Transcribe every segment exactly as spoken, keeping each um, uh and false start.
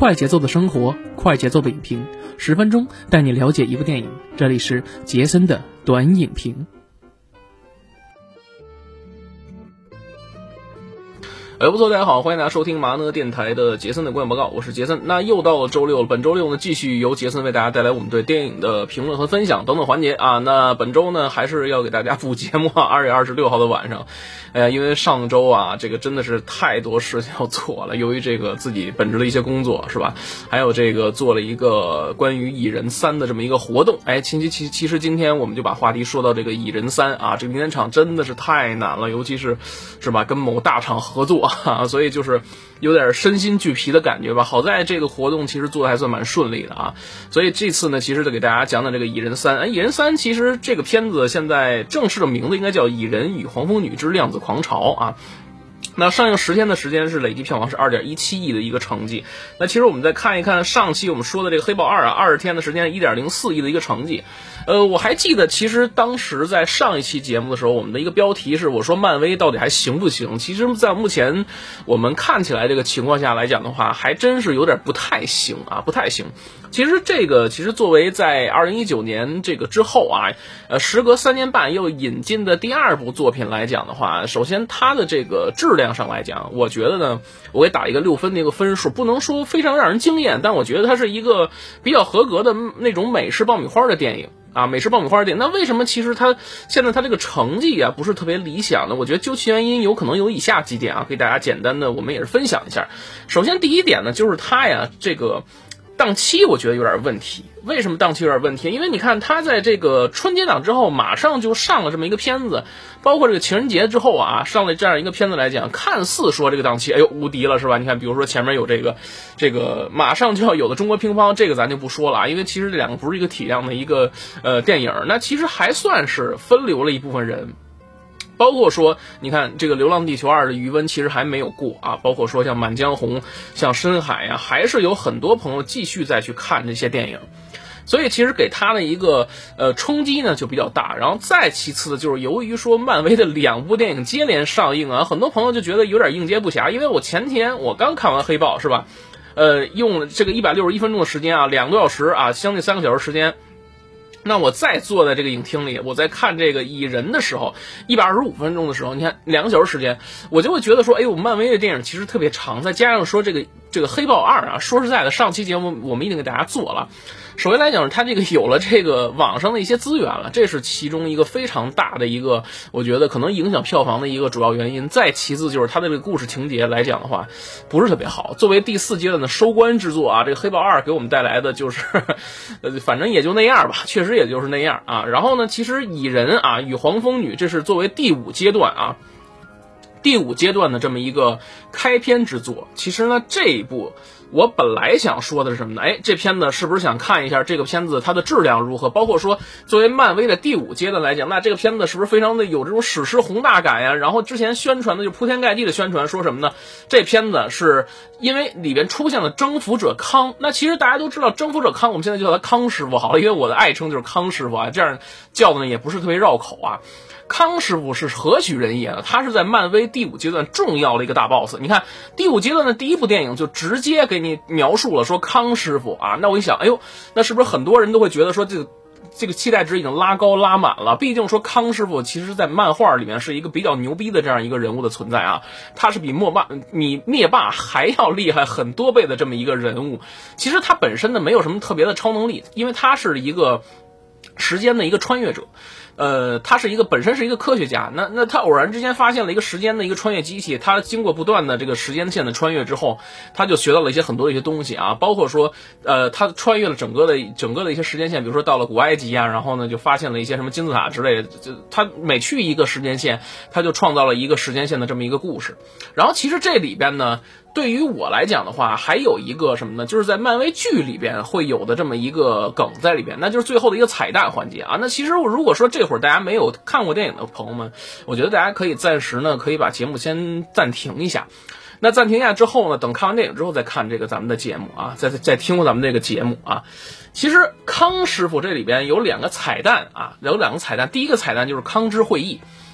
快节奏的生活，快节奏的影评，十分钟带你了解一部电影。这里是杰森的短影评。 哎，不错，大家好，欢迎大家收听麻呢电台的杰森的观影报告，我是杰森。那又到了周六了，本周六呢，继续由杰森为大家带来我们对电影的评论和分享等等环节啊。那本周呢，还是要给大家补节目啊，二月二十六号的晚上，哎呀，因为上周啊，这个真的是太多事情要做了，由于这个自己本职的一些工作是吧，还有这个做了一个关于蚁人三的这么一个活动。哎，其其其实今天我们就把话题说到这个蚁人三啊，这个年场真的是太难了，尤其是是吧，跟某大厂合作。啊，所以就是有点身心俱疲的感觉吧。好在这个活动其实做的还算蛮顺利的啊，所以这次呢，其实就给大家讲讲这个蚁人三。哎，蚁人三其实这个片子现在正式的名字应该叫《蚁人与黄蜂女之量子狂潮》啊。那上映十天的时间是累计票房是 二点一七亿的一个成绩。那其实我们再看一看上期我们说的这个黑豹二啊，二十天的时间 一点零四亿的一个成绩。呃，我还记得其实当时在上一期节目的时候，我们的一个标题是我说漫威到底还行不行？其实在目前我们看起来这个情况下来讲的话，还真是有点不太行啊，不太行。其实这个其实作为在二零一九年这个之后啊，呃，时隔三年半又引进的第二部作品来讲的话，首先它的这个质量上来讲，我觉得呢，我给打一个六分的一个分数，不能说非常让人惊艳，但我觉得它是一个比较合格的那种美式爆米花的电影。啊，美式爆米花店，那为什么其实它现在它这个成绩啊不是特别理想呢？我觉得究其原因，有可能有以下几点啊，给大家简单的我们也是分享一下。首先第一点呢，就是它呀这个档期我觉得有点问题。为什么档期有点问题？因为你看它在这个春节档之后马上就上了这么一个片子，包括这个情人节之后啊，上了这样一个片子来讲，看似说这个档期哎呦无敌了是吧？你看比如说前面有这个这个马上就要有的中国乒乓，这个咱就不说了啊，因为其实这两个不是一个体量的一个呃电影，那其实还算是分流了一部分人。包括说你看这个流浪地球二的余温其实还没有过啊，包括说像满江红像深海啊，还是有很多朋友继续再去看这些电影，所以其实给他的一个呃冲击呢就比较大。然后再其次的就是由于说漫威的两部电影接连上映啊，很多朋友就觉得有点应接不暇。因为我前天我刚看完黑豹是吧，呃用了这个一百六十一分钟的时间啊，两个多小时啊，将近三个小时时间。那我再坐在这个影厅里，我在看这个蚁人的时候，一百二十五分钟的时候，你看两个小时时间，我就会觉得说，哎呦，漫威的电影其实特别长，再加上说这个这个黑豹二啊，说实在的，上期节目我们已经给大家做了。首先来讲，它这个有了这个网上的一些资源了，这是其中一个非常大的一个，我觉得可能影响票房的一个主要原因。再其次就是它的这个故事情节来讲的话，不是特别好。作为第四阶段的收官之作啊，这个黑豹二给我们带来的就是，呃，反正也就那样吧，确实也就是那样啊。然后呢，其实蚁人啊与黄蜂女，这是作为第五阶段啊。第五阶段的这么一个开篇之作，其实呢这一部我本来想说的是什么呢？哎，这片子是不是想看一下这个片子它的质量如何？包括说作为漫威的第五阶段来讲，那这个片子是不是非常的有这种史诗宏大感呀？然后之前宣传的就铺天盖地的宣传说什么呢？这片子是因为里边出现了征服者康，那其实大家都知道征服者康，我们现在就叫他康师傅好了，因为我的爱称就是康师傅啊，这样叫的呢也不是特别绕口啊。康师傅是何许人也呢？他是在漫威第五阶段重要的一个大 boss。你看第五阶段的第一部电影就直接给你描述了说康师傅啊，那我一想，哎呦，那是不是很多人都会觉得说这个这个期待值已经拉高拉满了？毕竟说康师傅其实在漫画里面是一个比较牛逼的这样一个人物的存在啊，他是比灭霸比灭霸还要厉害很多倍的这么一个人物。其实他本身呢没有什么特别的超能力，因为他是一个时间的一个穿越者。呃，他是一个本身是一个科学家，那那他偶然之间发现了一个时间的一个穿越机器，他经过不断的这个时间线的穿越之后，他就学到了一些很多的一些东西啊，包括说，呃，他穿越了整个的整个的一些时间线，比如说到了古埃及啊，然后呢就发现了一些什么金字塔之类的，就他每去一个时间线，他就创造了一个时间线的这么一个故事。然后其实这里边呢，对于我来讲的话，还有一个什么呢？就是在漫威剧里边会有的这么一个梗在里边，那就是最后的一个彩蛋环节啊。那其实如果说这会儿大家没有看过电影的朋友们，我觉得大家可以暂时呢可以把节目先暂停一下。那暂停一下之后呢，等看完电影之后再看这个咱们的节目啊，再再听过咱们这个节目啊。其实康师傅这里边有两个彩蛋啊，有两个彩蛋。第一个彩蛋就是康之会议。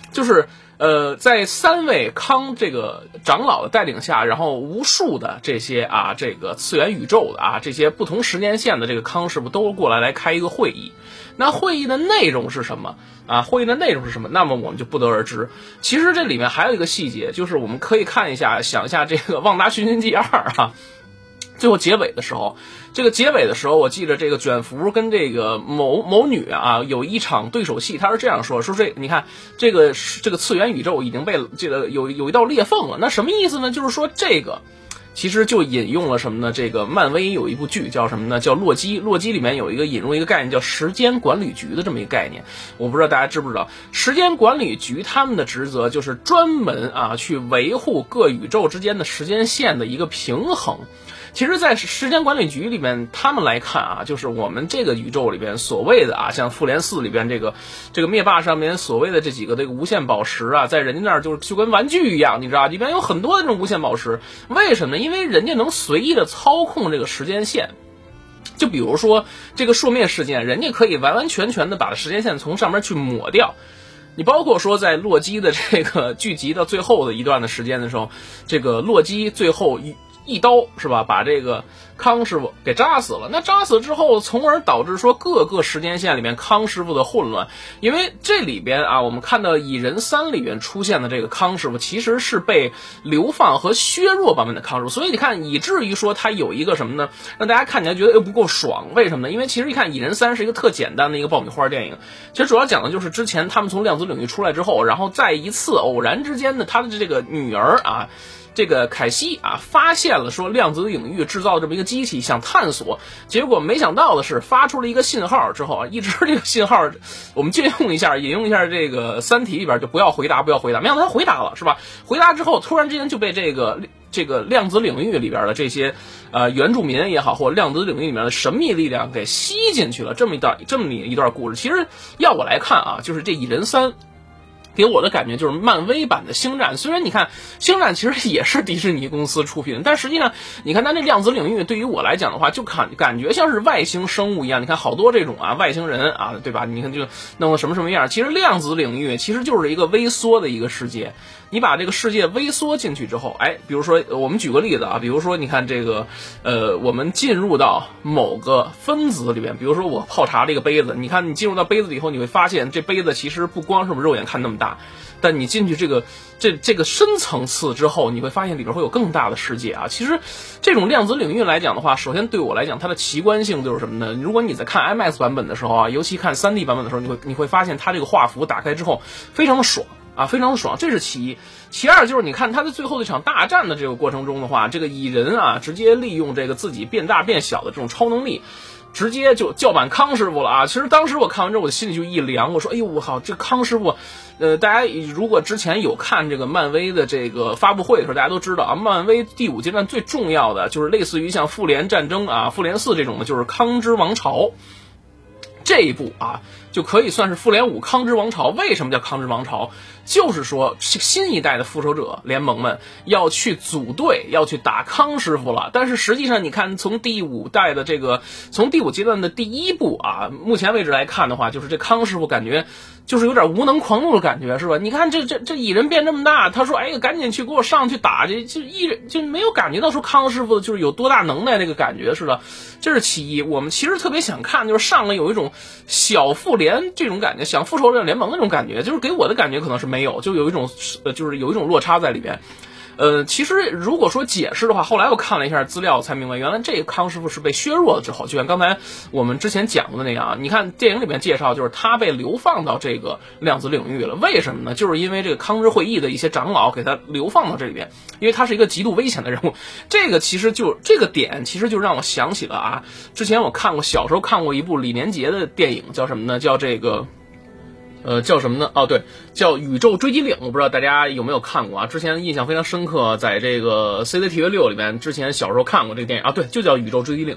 就是呃，在三位康这个长老的带领下，然后无数的这些啊，这个次元宇宙的啊，这些不同时间线的这个康师傅都过来来开一个会议。那会议的内容是什么啊？会议的内容是什么？那么我们就不得而知。其实这里面还有一个细节，就是我们可以看一下，想一下这个《旺达寻秦记二》啊。最后结尾的时候，这个结尾的时候，我记得这个卷福跟这个某某女啊有一场对手戏，他是这样说：说这你看这个这个次元宇宙已经被这个有有一道裂缝了，那什么意思呢？就是说这个其实就引用了什么呢？这个漫威有一部剧叫什么呢？叫洛基。洛基里面有一个引入一个概念叫时间管理局的这么一个概念，我不知道大家知不知道，时间管理局他们的职责就是专门啊去维护各宇宙之间的时间线的一个平衡。其实在时间管理局里面，他们来看啊，就是我们这个宇宙里边所谓的啊，像复联四里边这个这个灭霸上面所谓的这几个这个无限宝石啊，在人家那儿就就跟玩具一样，你知道，里边有很多的这种无限宝石。为什么呢？因为人家能随意的操控这个时间线。就比如说这个朔灭事件，人家可以完完全全的把时间线从上面去抹掉。你包括说在洛基的这个剧集到最后的一段的时间的时候，这个洛基最后一一刀是吧，把这个康师傅给扎死了。那扎死之后，从而导致说各个时间线里面康师傅的混乱。因为这里边啊，我们看到蚁人三里边出现的这个康师傅，其实是被流放和削弱版本的康师傅。所以你看，以至于说他有一个什么呢，让大家看起来觉得又不够爽。为什么呢？因为其实一看蚁人三是一个特简单的一个爆米花电影，其实主要讲的就是之前他们从量子领域出来之后，然后在一次偶然之间的他的这个女儿啊。这个凯西啊，发现了说量子领域制造这么一个机器，想探索，结果没想到的是发出了一个信号之后啊，一直这个信号，我们借用一下，引用一下这个《三体》里边就不要回答，不要回答，没想到他回答了，是吧？回答之后，突然之间就被这个这个量子领域里边的这些呃原住民也好，或量子领域里面的神秘力量给吸进去了，这么一段这么一段故事。其实要我来看啊，就是这蚁人三。给我的感觉就是漫威版的星战，虽然你看星战其实也是迪士尼公司出品的，但实际上你看它那量子领域对于我来讲的话，就感感觉像是外星生物一样。你看好多这种啊外星人啊，对吧？你看就弄得什么什么样。其实量子领域其实就是一个微缩的一个世界，你把这个世界微缩进去之后，哎，比如说我们举个例子啊，比如说你看这个呃，我们进入到某个分子里边，比如说我泡茶这个杯子，你看你进入到杯子以后，你会发现这杯子其实不光是我们肉眼看那么大。但你进去这个这这个深层次之后，你会发现里边会有更大的世界啊。其实这种量子领域来讲的话，首先对我来讲，它的奇观性就是什么呢？如果你在看 I M A X 版本的时候啊，尤其看 三 D 版本的时候，你会你会发现它这个画幅打开之后非常的爽啊，非常的爽，这是其一。其二就是你看他在最后这场大战的这个过程中的话，这个蚁人啊，直接利用这个自己变大变小的这种超能力。直接就叫板康师傅了啊！其实当时我看完之后，我心里就一凉，我说：“哎呦，我靠，这个康师傅，呃，大家如果之前有看这个漫威的这个发布会的时候，大家都知道啊，漫威第五阶段最重要的就是类似于像复联战争啊、复联四这种的，就是康之王朝。这一部啊，就可以算是复联五康之王朝。为什么叫康之王朝？就是说新一代的复仇者联盟们要去组队，要去打康师傅了。但是实际上，你看从第五代的这个，从第五阶段的第一部啊，目前为止来看的话，就是这康师傅感觉就是有点无能狂怒的感觉，是吧？你看这这这蚁人变这么大，他说：“哎呀，赶紧去给我上去打去！”就一人就没有感觉到说康师傅就是有多大能耐那个感觉似的。这是其一。我们其实特别想看，就是上来有一种小复联这种感觉，想复仇者联盟那种感觉，就是给我的感觉可能是没有，就有一种呃，就是有一种落差在里边。呃，其实如果说解释的话，后来我看了一下资料才明白，原来这个康师傅是被削弱了之后，就像刚才我们之前讲的那样，你看电影里面介绍，就是他被流放到这个量子领域了。为什么呢？就是因为这个康之会议的一些长老给他流放到这里边，因为他是一个极度危险的人物。这个其实就这个点，其实就让我想起了啊，之前我看过小时候看过一部李连杰的电影，叫什么呢？叫这个。呃，叫什么呢？哦，对，叫《宇宙追击令》，我不知道大家有没有看过啊？之前印象非常深刻，在这个 C C T V 六里面，之前小时候看过这个电影啊，对，就叫《宇宙追击令》。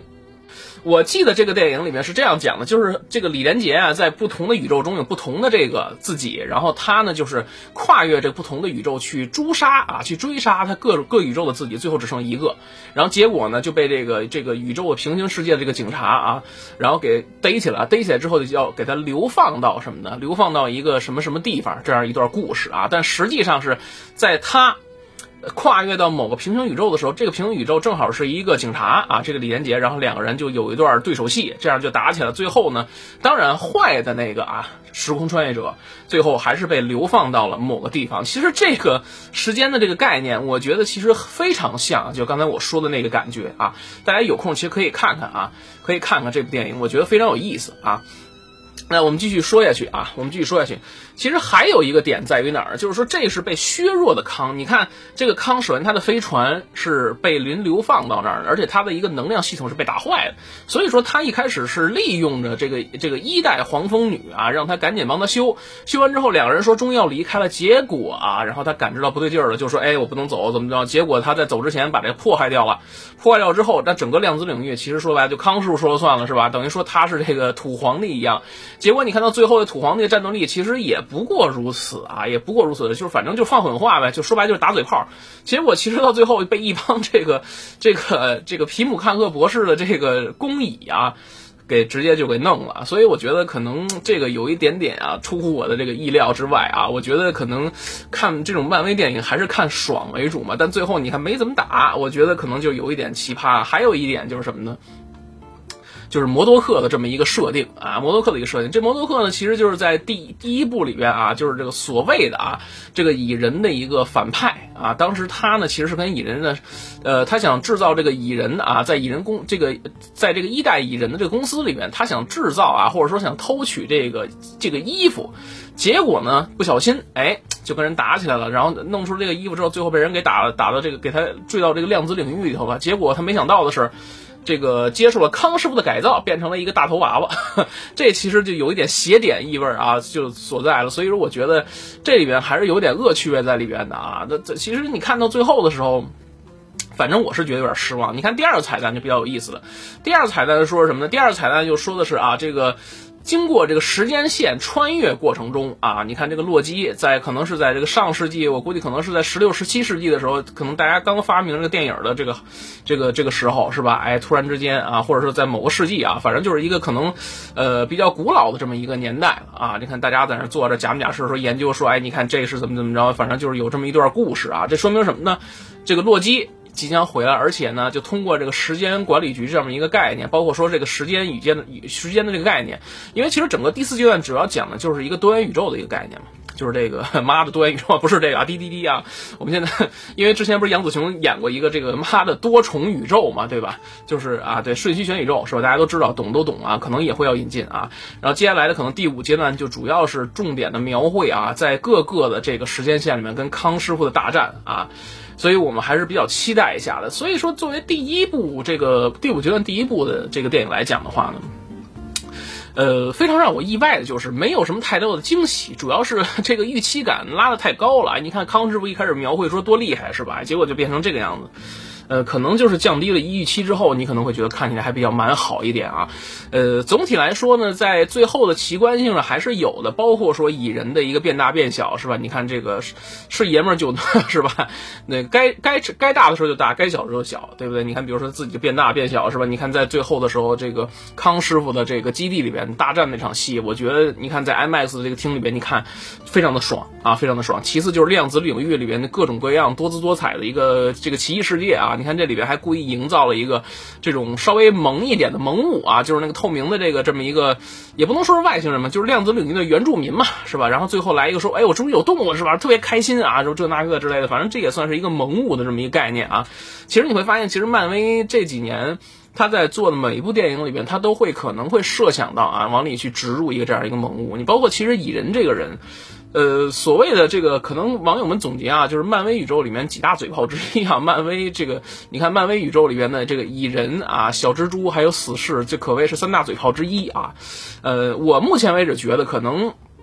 我记得这个电影里面是这样讲的，就是这个李连杰啊，在不同的宇宙中有不同的这个自己，然后他呢就是跨越这不同的宇宙去诛杀啊，去追杀他各各宇宙的自己，最后只剩一个，然后结果呢就被这个这个宇宙平行世界的这个警察啊，然后给逮起来，逮起来之后就要给他流放到什么呢？流放到一个什么什么地方，这样一段故事啊，但实际上是在他跨越到某个平行宇宙的时候，这个平行宇宙正好是一个警察啊，这个李连杰，然后两个人就有一段对手戏，这样就打起来。最后呢，当然坏的那个啊，时空穿越者最后还是被流放到了某个地方。其实这个时间的这个概念，我觉得其实非常像，就刚才我说的那个感觉啊。大家有空其实可以看看啊，可以看看这部电影，我觉得非常有意思啊。那我们继续说下去啊，我们继续说下去。其实还有一个点在于哪儿，就是说这是被削弱的康。你看这个康，首先他的飞船是被临流放到那儿的，而且他的一个能量系统是被打坏的，所以说他一开始是利用着这个这个一代黄蜂女啊，让他赶紧帮他修。修完之后，两个人说终于要离开了，结果啊，然后他感知到不对劲儿了，就说哎，我不能走，怎么着？结果他在走之前把这个破坏掉了，破坏掉之后，那整个量子领域其实说白了就康师傅说了算了，是吧？等于说他是这个土皇帝一样。结果你看到最后的土皇帝的战斗力其实也不过如此啊，也不过如此，就是反正就放狠话呗，就说白就是打嘴炮。结果其实到最后被一帮这个这个这个皮姆汉克博士的这个工蚁啊，给直接就给弄了。所以我觉得可能这个有一点点啊出乎我的这个意料之外啊。我觉得可能看这种漫威电影还是看爽为主嘛，但最后你看没怎么打，我觉得可能就有一点奇葩。还有一点就是什么呢？就是摩多克的这么一个设定啊，摩多克的一个设定。这摩多克呢，其实就是在第第一部里边啊，就是这个所谓的啊，这个蚁人的一个反派啊。当时他呢，其实是跟蚁人的，呃，他想制造这个蚁人啊，在蚁人公这个，在这个一代蚁人的这个公司里边，他想制造啊，或者说想偷取这个这个衣服，结果呢，不小心哎就跟人打起来了，然后弄出这个衣服之后，最后被人给打了，打到这个给他坠到这个量子领域里头了。结果他没想到的是，这个接受了康师傅的改造，变成了一个大头娃娃，这其实就有一点邪典意味啊，就所在了。所以说，我觉得这里边还是有点恶趣味在里边的啊。那这其实你看到最后的时候，反正我是觉得有点失望。你看第二个彩蛋就比较有意思了。第二个彩蛋说什么呢？第二个彩蛋就说的是啊，这个经过这个时间线穿越过程中啊，你看这个洛基在可能是在这个上世纪，我估计可能是在十六、十七世纪的时候，可能大家刚发明这个电影的这个这个这个时候是吧？哎，突然之间啊，或者是在某个世纪啊，反正就是一个可能呃比较古老的这么一个年代了啊。你看大家在那坐着假模假式说研究说，哎，你看这是怎么怎么着，反正就是有这么一段故事啊。这说明什么呢？这个洛基即将回来，而且呢，就通过这个时间管理局这么一个概念，包括说这个时间宇间的时间的这个概念，因为其实整个第四阶段主要讲的就是一个多元宇宙的一个概念嘛，就是这个妈的多元宇宙，不是这个啊滴滴滴啊，我们现在因为之前不是杨紫琼演过一个这个妈的多重宇宙嘛，对吧？就是啊，对瞬息全宇宙是吧？大家都知道，懂都懂啊，可能也会要引进啊。然后接下来的可能第五阶段就主要是重点的描绘啊，在各个的这个时间线里面跟康师傅的大战啊。所以我们还是比较期待一下的。所以说，作为第一部这个第五阶段第一部的这个电影来讲的话呢，呃，非常让我意外的就是没有什么太多的惊喜，主要是这个预期感拉得太高了。你看康师傅一开始描绘说多厉害是吧？结果就变成这个样子。呃，可能就是降低了一预期之后，你可能会觉得看起来还比较蛮好一点啊。呃，总体来说呢，在最后的奇观性上还是有的，包括说蚁人的一个变大变小，是吧？你看这个是是爷们儿就是吧？那该该该大的时候就大，该小的时候小，对不对？你看，比如说自己变大变小，是吧？你看在最后的时候，这个康师傅的这个基地里边大战那场戏，我觉得你看在 I M A X 的这个厅里边，你看非常的爽啊，非常的爽。其次就是量子领域里边的各种各样多姿多彩的一个这个奇异世界啊。你看这里边还故意营造了一个这种稍微萌一点的萌物啊，就是那个透明的这个这么一个，也不能说是外星人嘛，就是量子领域的原住民嘛，是吧？然后最后来一个说，哎，我终于有动物了，是吧？特别开心啊，就这那个之类的，反正这也算是一个萌物的这么一个概念啊。其实你会发现，其实漫威这几年他在做的每一部电影里边，他都会可能会设想到啊，往里去植入一个这样一个萌物。你包括其实蚁人这个人。呃，所谓的这个，可能网友们总结啊，就是漫威宇宙里面几大嘴炮之一啊。漫威这个，你看漫威宇宙里边的这个蚁人啊、小蜘蛛还有死侍，这可谓是三大嘴炮之一啊。呃，我目前为止觉得可能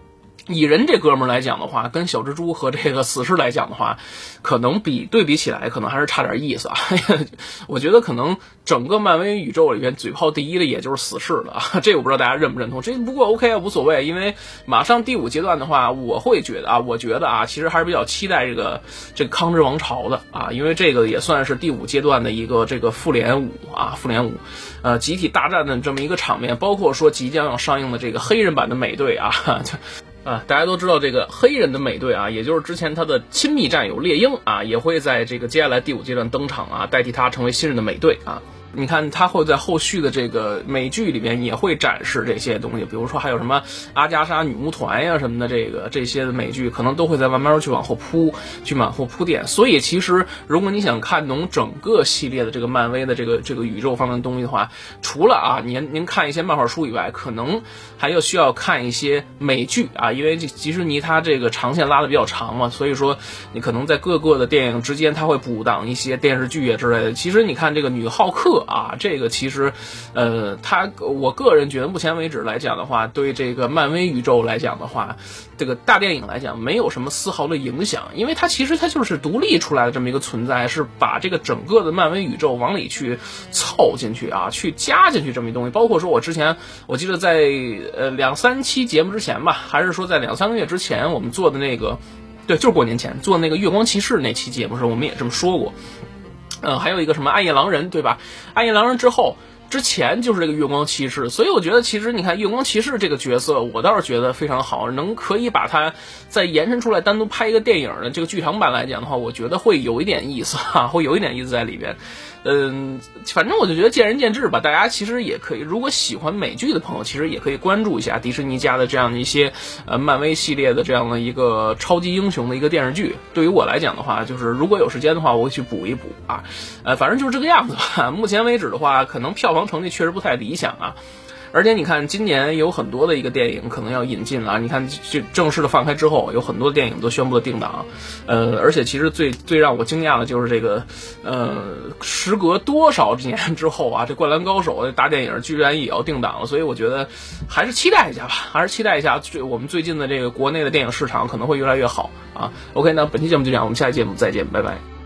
蚁人这哥们儿来讲的话，跟小蜘蛛和这个死侍来讲的话，可能比对比起来，可能还是差点意思啊。我觉得可能整个漫威宇宙里边嘴炮第一的也就是死侍了啊。这我不知道大家认不认同，这不过 OK 啊，无所谓，因为马上第五阶段的话，我会觉得啊，我觉得啊，其实还是比较期待这个这个康之王朝的啊，因为这个也算是第五阶段的一个这个复联五啊，复联五，呃，集体大战的这么一个场面，包括说即将要上映的这个黑人版的美队啊。啊，大家都知道这个黑人的美队啊，也就是之前他的亲密战友猎鹰啊，也会在这个接下来第五阶段登场啊，代替他成为新任的美队啊。你看他会在后续的这个美剧里边也会展示这些东西，比如说还有什么阿加莎女巫团呀什么的，这个这些的美剧可能都会在慢慢去往后铺，去往后铺垫。所以其实如果你想看懂整个系列的这个漫威的这个这个宇宙方面的东西的话，除了啊您您看一些漫画书以外，可能还要需要看一些美剧啊，因为迪士尼它这个长线拉的比较长嘛，所以说你可能在各个的电影之间它会补档一些电视剧啊之类的。其实你看这个女浩克啊，这个其实，呃，他我个人觉得目前为止来讲的话，对这个漫威宇宙来讲的话，这个大电影来讲没有什么丝毫的影响，因为它其实它就是独立出来的这么一个存在，是把这个整个的漫威宇宙往里去凑进去啊，去加进去这么一东西。包括说我之前我记得在呃两三期节目之前吧，还是说在两三个月之前我们做的那个，对，就是过年前做的那个月光骑士那期节目时候，我们也这么说过。呃，还有一个什么暗夜狼人，对吧？暗夜狼人之后，之前就是这个月光骑士，所以我觉得其实你看月光骑士这个角色，我倒是觉得非常好，能可以把它再延伸出来，单独拍一个电影的这个剧场版来讲的话，我觉得会有一点意思哈，会有一点意思在里边。嗯，反正我就觉得见仁见智吧，大家其实也可以，如果喜欢美剧的朋友，其实也可以关注一下迪士尼家的这样的一些呃漫威系列的这样的一个超级英雄的一个电视剧。对于我来讲的话，就是如果有时间的话，我会去补一补啊，呃，反正就是这个样子吧。目前为止的话，可能票房成绩确实不太理想啊。而且你看，今年有很多的一个电影可能要引进了。你看，这正式的放开之后，有很多电影都宣布了定档。呃，而且其实最最让我惊讶的就是这个，呃，时隔多少年之后啊，这《灌篮高手》这大电影居然也要定档了。所以我觉得还是期待一下吧，还是期待一下，最我们最近的这个国内的电影市场可能会越来越好啊。OK，那本期节目就这样，我们下期节目再见，拜拜。